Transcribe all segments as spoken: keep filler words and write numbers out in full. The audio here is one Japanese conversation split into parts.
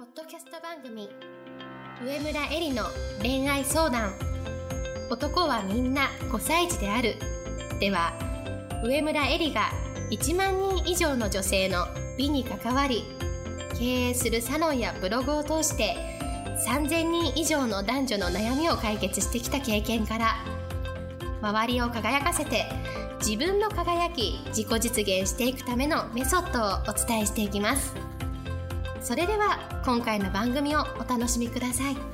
ポッドキャスト番組上村えりの恋愛相談。男はみんなごさい児であるでは、上村えりがいちまんにん以上の女性の美に関わり、経営するサロンやブログを通してさんぜんにん以上の男女の悩みを解決してきた経験から、周りを輝かせて自分も輝き自己実現していくためのメソッドをお伝えしていきます。それでは今回の番組をお楽しみください。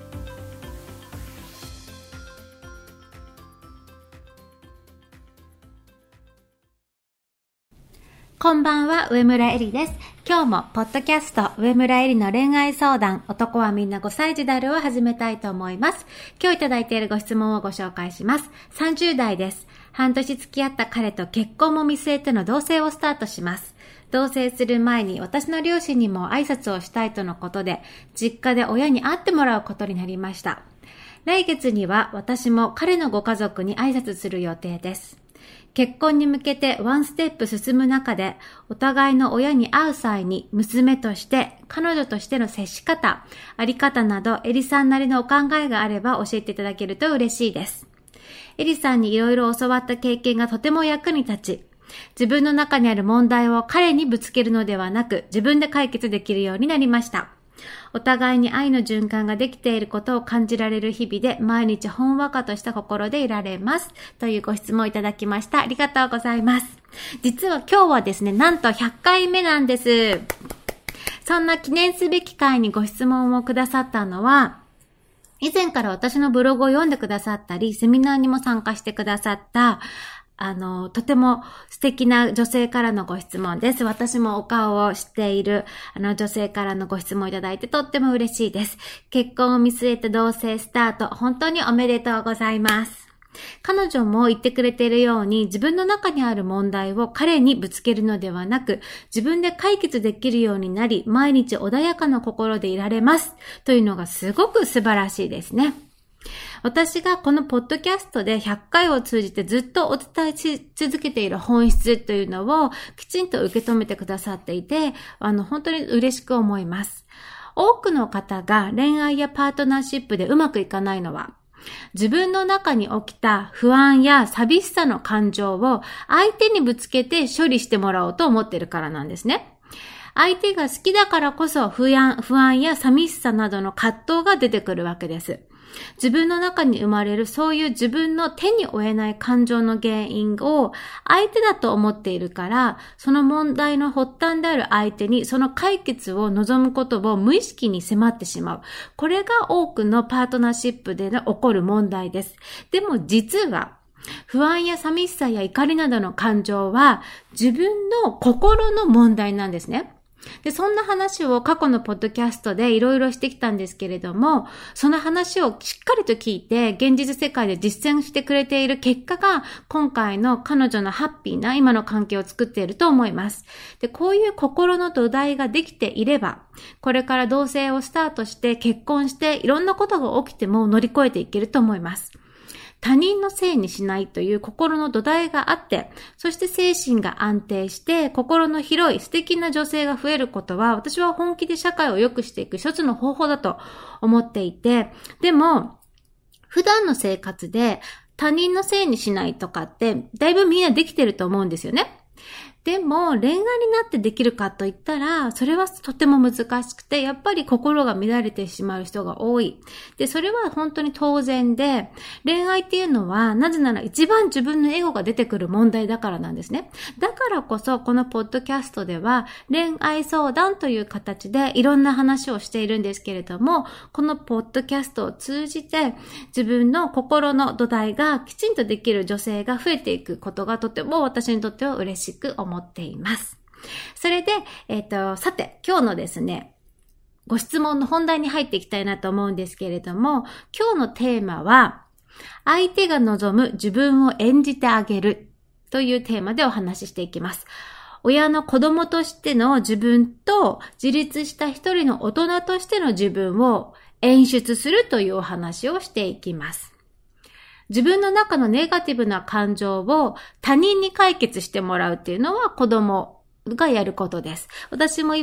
こんばんは、上村えりです。今日もポッドキャスト上村えりの恋愛相談、男はみんなごさい児であるを始めたいと思います。今日いただいているご質問をご紹介します。さんじゅう代です。半年付き合った彼と結婚も見据えての同棲をスタートします。同棲する前に私の両親にも挨拶をしたいとのことで、実家で親に会ってもらうことになりました。来月には私も彼のご家族に挨拶する予定です。結婚に向けてワンステップ進む中で、お互いの親に会う際に娘として、彼女としての接し方、あり方など、エリさんなりのお考えがあれば教えていただけると嬉しいです。エリさんにいろいろ教わった経験がとても役に立ち、自分の中にある問題を彼にぶつけるのではなく、自分で解決できるようになりました。お互いに愛の循環ができていることを感じられる日々で、毎日ほんわかとした心でいられます。というご質問をいただきました。ありがとうございます。実は今日はですね、なんとひゃっかいめなんです。そんな記念すべき回にご質問をくださったのは、以前から私のブログを読んでくださったり、セミナーにも参加してくださった、あの、とても素敵な女性からのご質問です。私もお顔を知っている、あの女性からのご質問をいただいてとっても嬉しいです。結婚を見据えて同棲スタート、本当におめでとうございます。彼女も言ってくれているように、自分の中にある問題を彼にぶつけるのではなく、自分で解決できるようになり、毎日穏やかな心でいられます。というのがすごく素晴らしいですね。私がこのポッドキャストでひゃっかいを通じてずっとお伝えし続けている本質というのをきちんと受け止めてくださっていて、あの本当に嬉しく思います。多くの方が恋愛やパートナーシップでうまくいかないのは、自分の中に起きた不安や寂しさの感情を相手にぶつけて処理してもらおうと思っているからなんですね。相手が好きだからこそ不安、不安や寂しさなどの葛藤が出てくるわけです。自分の中に生まれるそういう自分の手に負えない感情の原因を相手だと思っているから、その問題の発端である相手にその解決を望むことを無意識に迫ってしまう。これが多くのパートナーシップで起こる問題です。でも実は、不安や寂しさや怒りなどの感情は自分の心の問題なんですね。で、そんな話を過去のポッドキャストでいろいろしてきたんですけれども、その話をしっかりと聞いて、現実世界で実践してくれている結果が、今回の彼女のハッピーな今の関係を作っていると思います。で、こういう心の土台ができていれば、これから同棲をスタートして結婚していろんなことが起きても乗り越えていけると思います。他人のせいにしないという心の土台があって、そして精神が安定して心の広い素敵な女性が増えることは、私は本気で社会を良くしていく一つの方法だと思っていて、でも普段の生活で他人のせいにしないとかってだいぶみんなできてると思うんですよね。でも恋愛になってできるかと言ったら、それはとても難しくて、やっぱり心が乱れてしまう人が多い。で、それは本当に当然で、恋愛っていうのは、なぜなら一番自分のエゴが出てくる問題だからなんですね。だからこそ、このポッドキャストでは、恋愛相談という形でいろんな話をしているんですけれども、このポッドキャストを通じて、自分の心の土台がきちんとできる女性が増えていくことがとても私にとっては嬉しく思っています。それで、えっと、さて、今日のですね、ご質問の本題に入っていきたいなと思うんですけれども、今日のテーマは、相手が望む自分を演じてあげるというテーマでお話ししていきます。親の子供としての自分と自立した一人の大人としての自分を演出するというお話をしていきます。自分の中のネガティブな感情を他人に解決してもらうっていうのは子供がやることです。私も今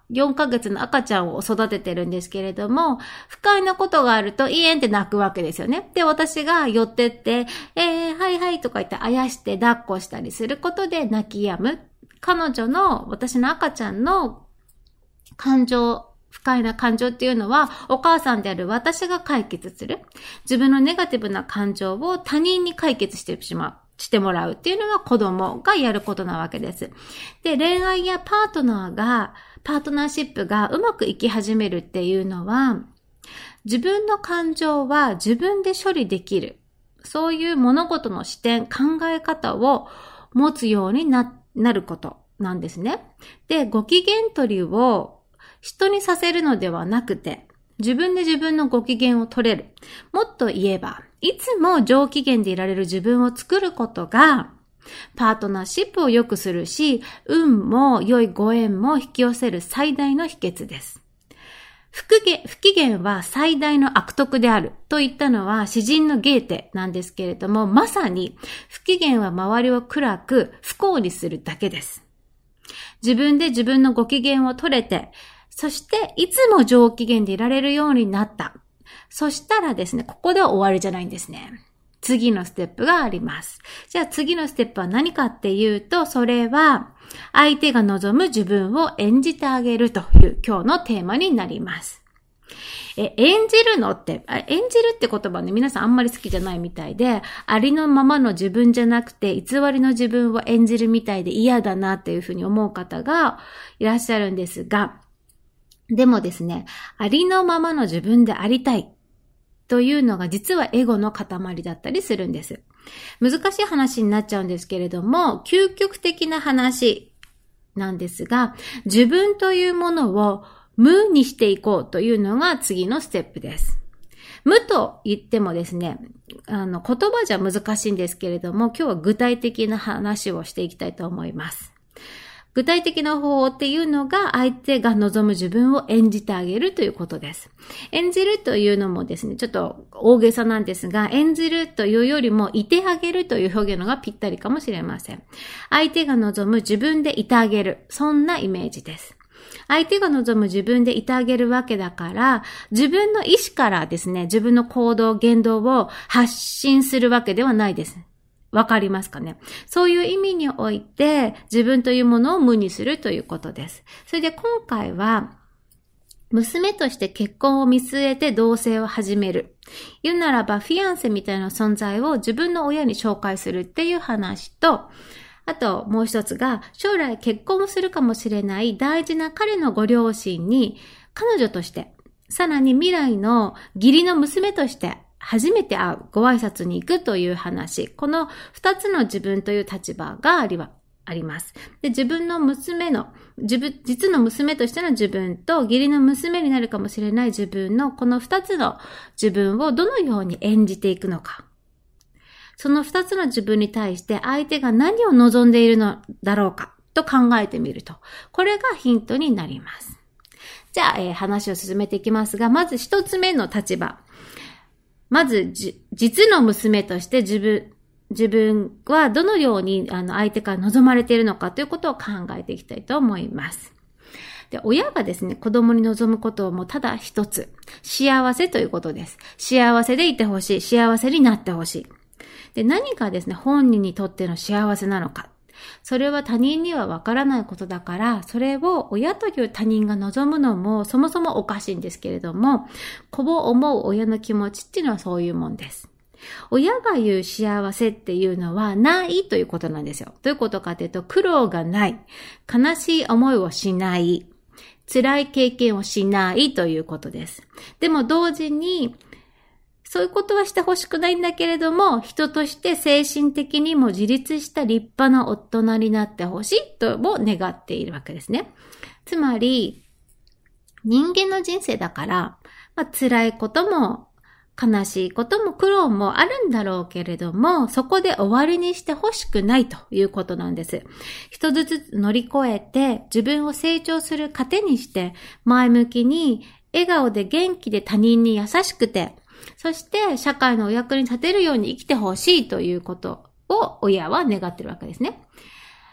よんかげつの赤ちゃんを育ててるんですけれども、不快なことがあると、イエンって泣くわけですよね。で、私が寄ってって、えー、はいはいとか言ってあやして抱っこしたりすることで泣き止む。彼女の、私の赤ちゃんの感情、不快な感情っていうのは、お母さんである私が解決する。自分のネガティブな感情を他人に解決してしまう。してもらうっていうのは子供がやることなわけです。で、恋愛やパートナーが、パートナーシップがうまくいき始めるっていうのは、自分の感情は自分で処理できる。そういう物事の視点、考え方を持つように な, なることなんですね。で、ご機嫌取りを人にさせるのではなくて、自分で自分のご機嫌を取れる。もっと言えば、いつも上機嫌でいられる自分を作ることが、パートナーシップを良くするし、運も良いご縁も引き寄せる最大の秘訣です。不機嫌、不機嫌は最大の悪徳であると言ったのは詩人のゲーテなんですけれども、まさに不機嫌は周りを暗く不幸にするだけです。自分で自分のご機嫌を取れて、そしていつも上機嫌でいられるようになった。そしたらですね、ここでは終わりじゃないんですね。次のステップがあります。じゃあ次のステップは何かっていうと、それは相手が望む自分を演じてあげるという今日のテーマになります。え、演じるのって、演じるって言葉ね、皆さんあんまり好きじゃないみたいで、ありのままの自分じゃなくて、偽りの自分を演じるみたいで嫌だなっていうふうに思う方がいらっしゃるんですが、でもですね、ありのままの自分でありたいというのが実はエゴの塊だったりするんです。難しい話になっちゃうんですけれども、究極的な話なんですが、自分というものを無にしていこうというのが次のステップです。無と言ってもですね、あの言葉じゃ難しいんですけれども、今日は具体的な話をしていきたいと思います。具体的な方法っていうのが相手が望む自分を演じてあげるということです。演じるというのもですね、ちょっと大げさなんですが、演じるというよりもいてあげるという表現のがぴったりかもしれません。相手が望む自分でいてあげる。そんなイメージです。相手が望む自分でいてあげるわけだから、自分の意思からですね、自分の行動、言動を発信するわけではないです。わかりますかね？そういう意味において自分というものを無にするということです。それで今回は娘として結婚を見据えて同棲を始める。言うならばフィアンセみたいな存在を自分の親に紹介するっていう話と、あともう一つが将来結婚をするかもしれない大事な彼のご両親に彼女として、さらに未来の義理の娘として初めて会う、ご挨拶に行くという話。この二つの自分という立場がありは、あります。で、自分の娘の、自分、実の娘としての自分と義理の娘になるかもしれない自分のこの二つの自分をどのように演じていくのか。その二つの自分に対して相手が何を望んでいるのだろうかと考えてみると。これがヒントになります。じゃあ、えー、話を進めていきますが、まず一つ目の立場。まず、じ、実の娘として自分、自分はどのようにあの相手から望まれているのかということを考えていきたいと思います。で、親がですね、子供に望むことをもうただ一つ、幸せということです。幸せでいてほしい、幸せになってほしい。で、何がですね、本人にとっての幸せなのか。それは他人にはわからないことだから、それを親という他人が望むのもそもそもおかしいんですけれども、子を思う親の気持ちっていうのはそういうもんです。親が言う幸せっていうのはないということなんですよ。どういうことかというと、苦労がない、悲しい思いをしない、辛い経験をしないということです。でも同時に、そういうことはしてほしくないんだけれども、人として精神的にも自立した立派な大人になってほしいとも願っているわけですね。つまり、人間の人生だから、まあ、辛いことも悲しいことも苦労もあるんだろうけれども、そこで終わりにしてほしくないということなんです。一つずつ乗り越えて自分を成長する糧にして、前向きに笑顔で元気で他人に優しくて、そして社会のお役に立てるように生きてほしいということを親は願っているわけですね。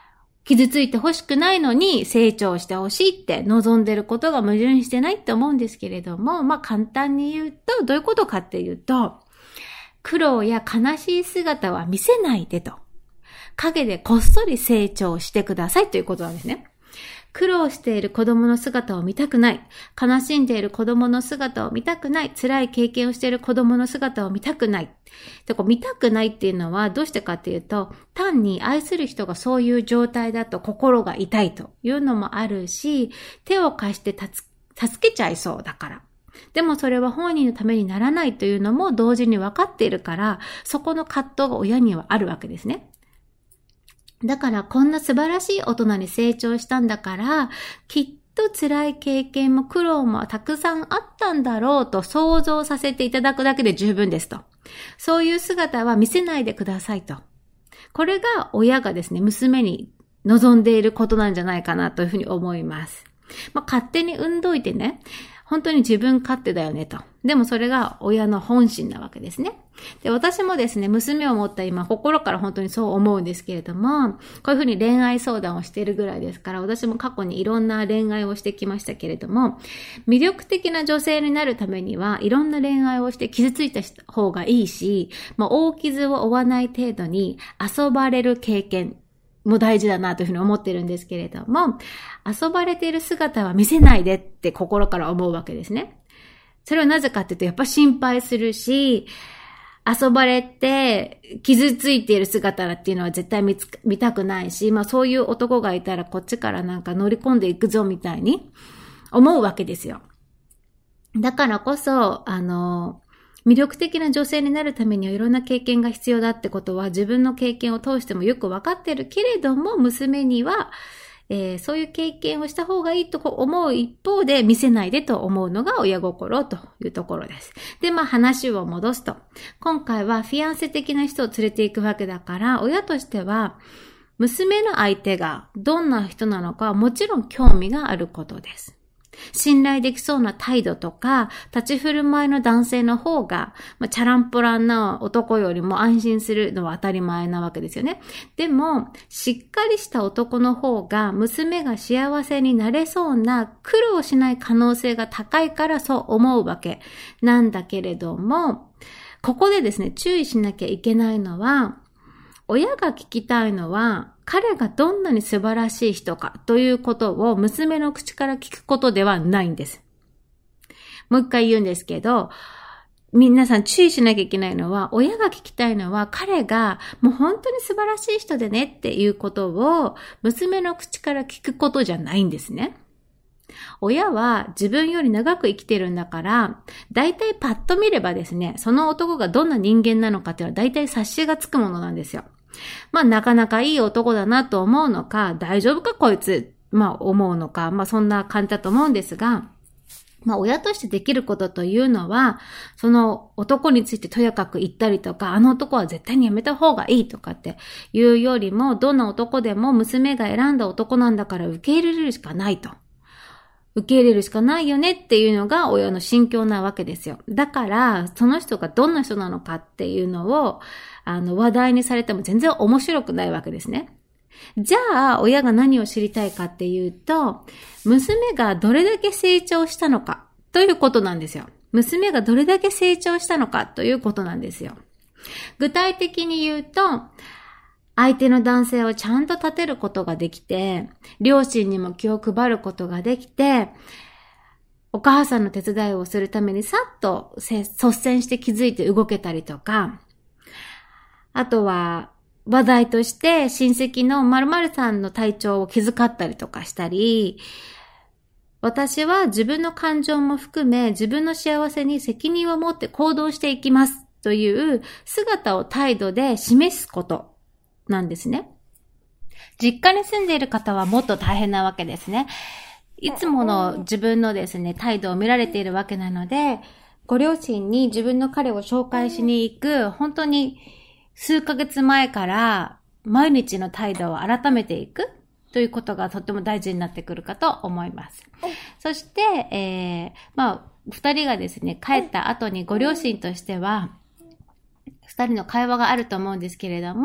傷ついてほしくないのに成長してほしいって望んでることが矛盾してないって思うんですけれども、まあ簡単に言うとどういうことかっていうと、苦労や悲しい姿は見せないでと。陰でこっそり成長してくださいということなんですね。苦労している子供の姿を見たくない。悲しんでいる子供の姿を見たくない。辛い経験をしている子供の姿を見たくない。で、こう見たくないっていうのはどうしてかっていうと、単に愛する人がそういう状態だと心が痛いというのもあるし、手を貸してたつ助けちゃいそうだから。でもそれは本人のためにならないというのも同時に分かっているから、そこの葛藤が親にはあるわけですね。だからこんな素晴らしい大人に成長したんだから、きっと辛い経験も苦労もたくさんあったんだろうと想像させていただくだけで十分ですと。そういう姿は見せないでくださいと。これが親がですね、娘に望んでいることなんじゃないかなというふうに思います。まあ、勝手に産んどいてね、本当に自分勝手だよねと。でもそれが親の本心なわけですね。で、私もですね、娘を持った今、心から本当にそう思うんですけれども、こういうふうに恋愛相談をしているぐらいですから、私も過去にいろんな恋愛をしてきましたけれども、魅力的な女性になるためには、いろんな恋愛をして傷ついた方がいいし、まあ、大傷を負わない程度に遊ばれる経験、も大事だなというふうに思ってるんですけれども、遊ばれている姿は見せないでって心から思うわけですね。それはなぜかっていうと、やっぱ心配するし、遊ばれて傷ついている姿っていうのは絶対 見, つ見たくないし、まあそういう男がいたらこっちからなんか乗り込んでいくぞみたいに思うわけですよ。だからこそ、あの、魅力的な女性になるためにはいろんな経験が必要だってことは自分の経験を通してもよくわかってるけれども、娘には、えー、そういう経験をした方がいいと思う一方で見せないでと思うのが親心というところです。で、まあ話を戻すと。今回はフィアンセ的な人を連れていくわけだから、親としては娘の相手がどんな人なのかはもちろん興味があることです。信頼できそうな態度とか立ち振る舞いの男性の方が、まあ、チャランポランな男よりも安心するのは当たり前なわけですよね。でもしっかりした男の方が娘が幸せになれそうな苦労しない可能性が高いからそう思うわけなんだけれども、ここでですね、注意しなきゃいけないのは、親が聞きたいのは彼がどんなに素晴らしい人かということを娘の口から聞くことではないんです。もう一回言うんですけど、皆さん注意しなきゃいけないのは、親が聞きたいのは彼がもう本当に素晴らしい人でねっていうことを娘の口から聞くことじゃないんですね。親は自分より長く生きてるんだから、だいたいパッと見ればですね、その男がどんな人間なのかっていうのはだいたい察しがつくものなんですよ。まあなかなかいい男だなと思うのか、大丈夫かこいつ、まあ思うのか、まあそんな感じだと思うんですが、まあ親としてできることというのは、その男についてとやかく言ったりとか、あの男は絶対にやめた方がいいとかっていうよりも、どんな男でも娘が選んだ男なんだから受け入れるしかないと。受け入れるしかないよねっていうのが親の心境なわけですよ。だから、その人がどんな人なのかっていうのを、あの、話題にされても全然面白くないわけですね。じゃあ、親が何を知りたいかっていうと、娘がどれだけ成長したのかということなんですよ。娘がどれだけ成長したのかということなんですよ。具体的に言うと、相手の男性をちゃんと立てることができて、両親にも気を配ることができて、お母さんの手伝いをするためにさっと率先して気づいて動けたりとか、あとは話題として親戚の〇〇さんの体調を気遣ったりとかしたり、私は自分の感情も含め自分の幸せに責任を持って行動していきますという姿を態度で示すことなんですね。実家に住んでいる方はもっと大変なわけですね。いつもの自分のですね、態度を見られているわけなので、ご両親に自分の彼を紹介しに行く、本当に数ヶ月前から毎日の態度を改めていくということがとても大事になってくるかと思います。そして、えー、まあ、二人がですね、帰った後にご両親としては、二人の会話があると思うんですけれども、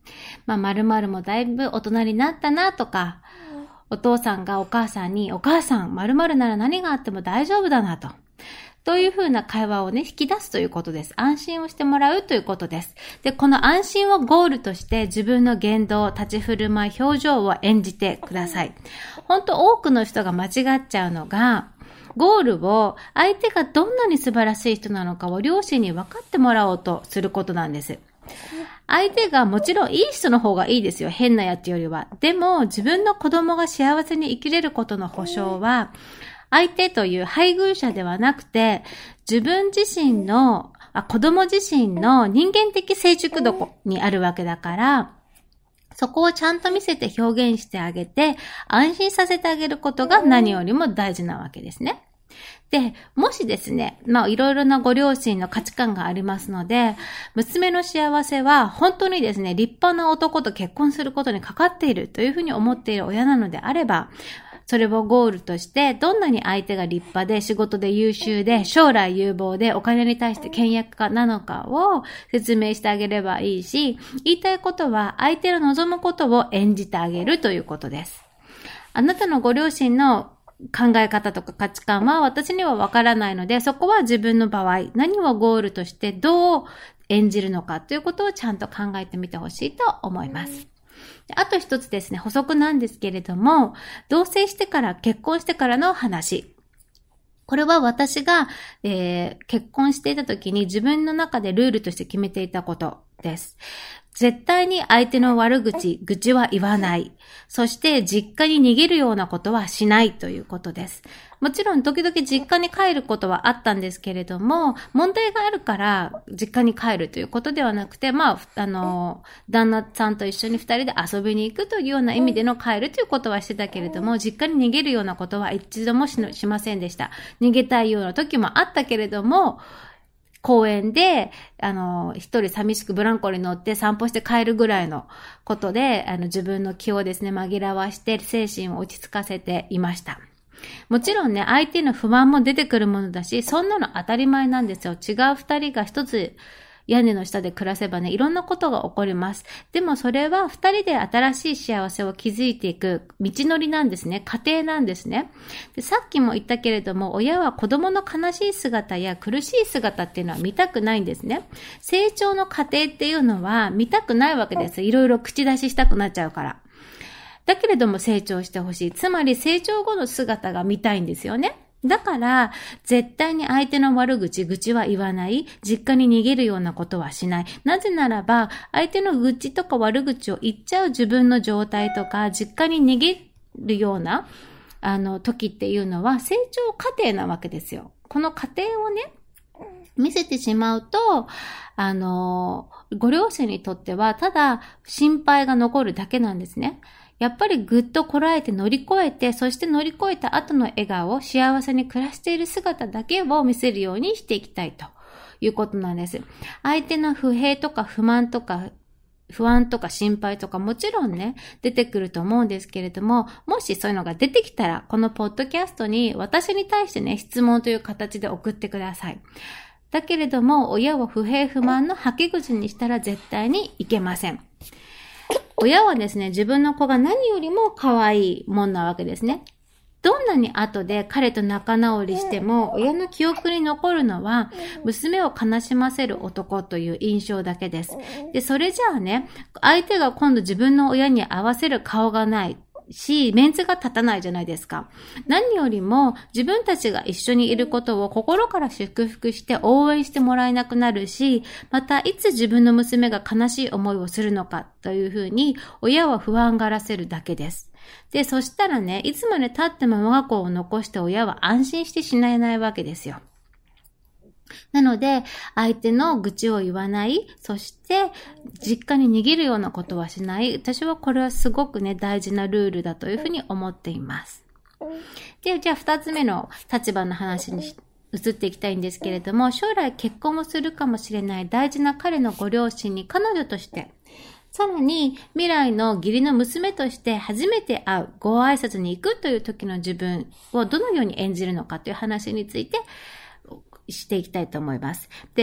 まあ、〇〇もだいぶ大人になったなとか、お父さんがお母さんに、お母さん、〇〇なら何があっても大丈夫だなと。というふうな会話をね、引き出すということです。安心をしてもらうということです。で、この安心をゴールとして自分の言動、立ち振る舞い、表情を演じてください。本当多くの人が間違っちゃうのが、ゴールを相手がどんなに素晴らしい人なのかを両親に分かってもらおうとすることなんです。相手がもちろんいい人の方がいいですよ。変なやつよりは。でも自分の子供が幸せに生きれることの保証は、相手という配偶者ではなくて、自分自身の、あ、子供自身の人間的成熟度にあるわけだから、そこをちゃんと見せて表現してあげて、安心させてあげることが何よりも大事なわけですね。で、もしですね、まあいろいろなご両親の価値観がありますので、娘の幸せは本当にですね、立派な男と結婚することにかかっているというふうに思っている親なのであれば、それをゴールとして、どんなに相手が立派で仕事で優秀で将来有望でお金に対して倹約家なのかを説明してあげればいいし、言いたいことは相手の望むことを演じてあげるということです。あなたのご両親の考え方とか価値観は私にはわからないので、そこは自分の場合、何をゴールとしてどう演じるのかということをちゃんと考えてみてほしいと思います。あと一つですね、補足なんですけれども、同棲してから結婚してからの話。これは私が、えー、結婚していた時に自分の中でルールとして決めていたことです。絶対に相手の悪口、愚痴は言わない。そして実家に逃げるようなことはしないということです。もちろん時々実家に帰ることはあったんですけれども、問題があるから実家に帰るということではなくて、まあ、あの、旦那さんと一緒に二人で遊びに行くというような意味での帰るということはしてたけれども、実家に逃げるようなことは一度も し, しませんでした。逃げたいような時もあったけれども、公園で、あの、一人寂しくブランコに乗って散歩して帰るぐらいのことで、あの、自分の気をですね、紛らわして精神を落ち着かせていました。もちろんね、相手の不満も出てくるものだし、そんなの当たり前なんですよ。違う二人が一つ屋根の下で暮らせばね、いろんなことが起こります。でもそれは二人で新しい幸せを築いていく道のりなんですね。過程なんですね。で、さっきも言ったけれども、親は子供の悲しい姿や苦しい姿っていうのは見たくないんですね。成長の過程っていうのは見たくないわけです。いろいろ口出ししたくなっちゃうから。だけれども成長してほしい。つまり成長後の姿が見たいんですよね。だから、絶対に相手の悪口、愚痴は言わない。実家に逃げるようなことはしない。なぜならば、相手の愚痴とか悪口を言っちゃう自分の状態とか、実家に逃げるような、あの、時っていうのは成長過程なわけですよ。この過程をね、見せてしまうと、あの、ご両親にとっては、ただ心配が残るだけなんですね。やっぱりぐっとこらえて乗り越えて、そして乗り越えた後の笑顔、幸せに暮らしている姿だけを見せるようにしていきたいということなんです。相手の不平とか不満とか不安とか心配とかもちろんね、出てくると思うんですけれども、もしそういうのが出てきたら、このポッドキャストに私に対してね、質問という形で送ってください。だけれども、親を不平不満の吐き口にしたら絶対にいけません。親はですね、自分の子が何よりも可愛いもんなわけですね。どんなに後で彼と仲直りしても、親の記憶に残るのは、娘を悲しませる男という印象だけです。で、それじゃあね、相手が今度自分の親に合わせる顔がないし、メンツが立たないじゃないですか。何よりも自分たちが一緒にいることを心から祝福して応援してもらえなくなるし、またいつ自分の娘が悲しい思いをするのかというふうに親は不安がらせるだけです。で、そしたらね、いつまで経っても我が子を残して親は安心して死ねないわけですよ。なので、相手の愚痴を言わない、そして実家に逃げるようなことはしない。私はこれはすごくね、大事なルールだというふうに思っています。で、じゃあ二つ目の立場の話に移っていきたいんですけれども、将来結婚をするかもしれない大事な彼のご両親に彼女として、さらに未来の義理の娘として初めて会うご挨拶に行くという時の自分をどのように演じるのかという話についてしていきたいと思います。で、で、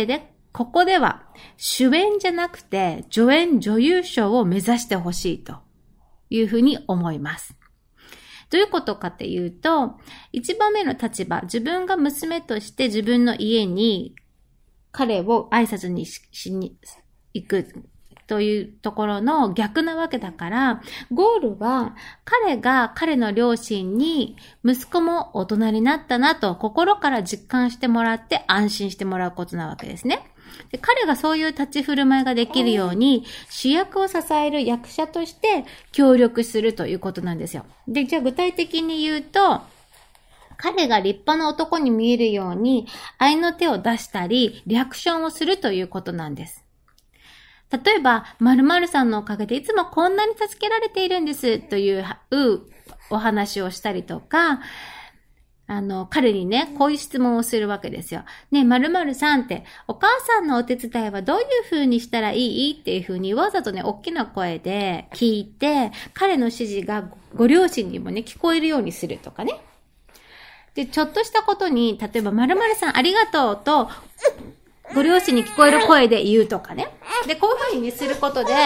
ここでは主演じゃなくて助演女優賞を目指してほしいというふうに思います。どういうことかっていうと、一番目の立場、自分が娘として自分の家に彼を挨拶に し, しに行くというところの逆なわけだから、ゴールは彼が彼の両親に息子も大人になったなと心から実感してもらって安心してもらうことなわけですね。で、彼がそういう立ち振る舞いができるように主役を支える役者として協力するということなんですよ。で、じゃあ具体的に言うと、彼が立派な男に見えるように愛の手を出したりリアクションをするということなんです。例えば、〇〇さんのおかげでいつもこんなに助けられているんですというお話をしたりとか、あの、彼にね、こういう質問をするわけですよ。ねえ、〇〇さんって、お母さんのお手伝いはどういう風にしたらいいっていう風にわざとね、大きな声で聞いて、彼の指示がご両親にもね、聞こえるようにするとかね。で、ちょっとしたことに、例えば、〇〇さんありがとうと、ご両親に聞こえる声で言うとかね。で、こういう風にね、することで、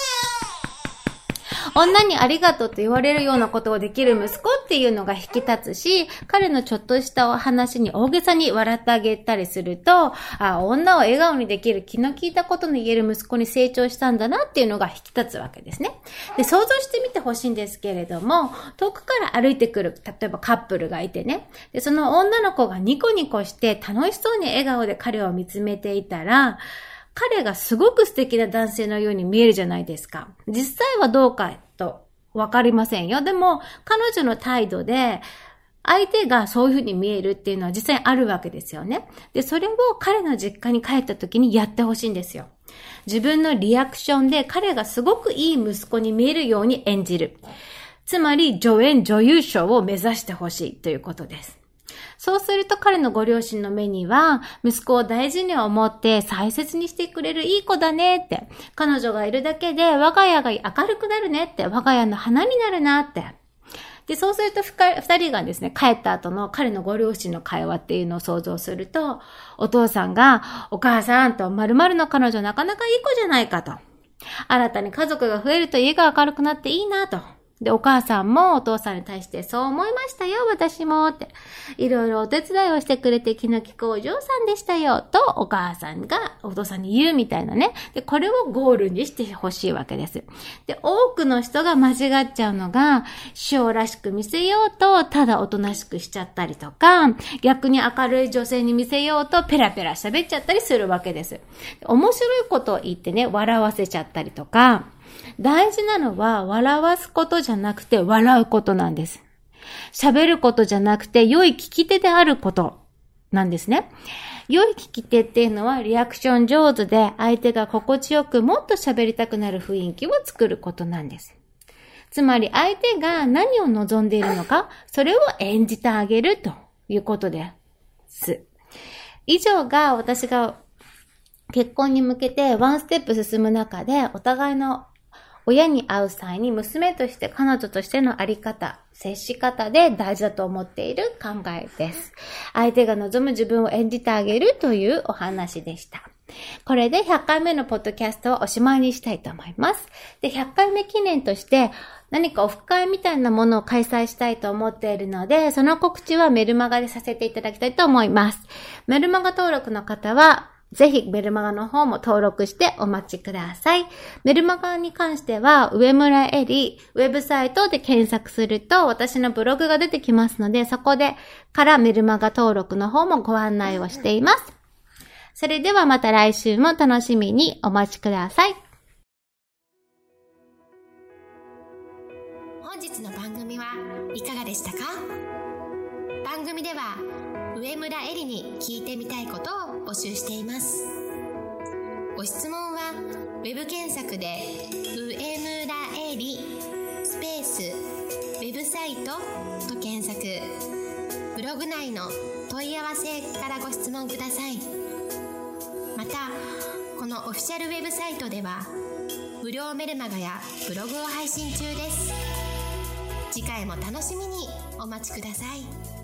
女にありがとうって言われるようなことをできる息子っていうのが引き立つし、彼のちょっとしたお話に大げさに笑ってあげたりすると、あ、女を笑顔にできる気の利いたことの言える息子に成長したんだなっていうのが引き立つわけですね。で、想像してみてほしいんですけれども、遠くから歩いてくる、例えばカップルがいてね、で、その女の子がニコニコして楽しそうに笑顔で彼を見つめていたら、彼がすごく素敵な男性のように見えるじゃないですか。実際はどうかとわかりませんよ。でも、彼女の態度で、相手がそういう風に見えるっていうのは実際あるわけですよね。で、それを彼の実家に帰った時にやってほしいんですよ。自分のリアクションで彼がすごくいい息子に見えるように演じる。つまり、助演女優賞を目指してほしいということです。そうすると彼のご両親の目には、息子を大事に思って大切にしてくれるいい子だねって、彼女がいるだけで我が家が明るくなるねって、我が家の花になるなって。で、そうすると二人がですね、帰った後の彼のご両親の会話っていうのを想像すると、お父さんが、お母さんと〇〇の彼女なかなかいい子じゃないかと。新たに家族が増えると家が明るくなっていいなと。で、お母さんもお父さんに対してそう思いましたよ、私もって。いろいろお手伝いをしてくれて気の利くお嬢さんでしたよ、とお母さんがお父さんに言うみたいなね。で、これをゴールにしてほしいわけです。で、多くの人が間違っちゃうのが、師匠らしく見せようと、ただおとなしくしちゃったりとか、逆に明るい女性に見せようと、ペラペラ喋っちゃったりするわけです。面白いことを言ってね、笑わせちゃったりとか、大事なのは笑わすことじゃなくて笑うことなんです。喋ることじゃなくて良い聞き手であることなんですね。良い聞き手っていうのはリアクション上手で相手が心地よくもっと喋りたくなる雰囲気を作ることなんです。つまり相手が何を望んでいるのか、それを演じてあげるということです。以上が私が結婚に向けてワンステップ進む中でお互いの親に会う際に娘として彼女としてのあり方、接し方で大事だと思っている考えです。相手が望む自分を演じてあげるというお話でした。これでひゃっかいめのポッドキャストをおしまいにしたいと思います。で、ひゃっかいめ記念として何かオフ会みたいなものを開催したいと思っているので、その告知はメルマガでさせていただきたいと思います。メルマガ登録の方は、ぜひメルマガの方も登録してお待ちください。メルマガに関しては、上村えりウェブサイトで検索すると私のブログが出てきますので、そこでからメルマガ登録の方もご案内をしています。それではまた来週も楽しみにお待ちください。 本日の番組はいかがでしたか？番組では上村えりに聞いてみたいことを募集しています。ご質問はウェブ検索で上村えりスペースウェブサイトと検索、ブログ内の問い合わせからご質問ください。またこのオフィシャルウェブサイトでは無料メルマガやブログを配信中です。次回も楽しみにお待ちください。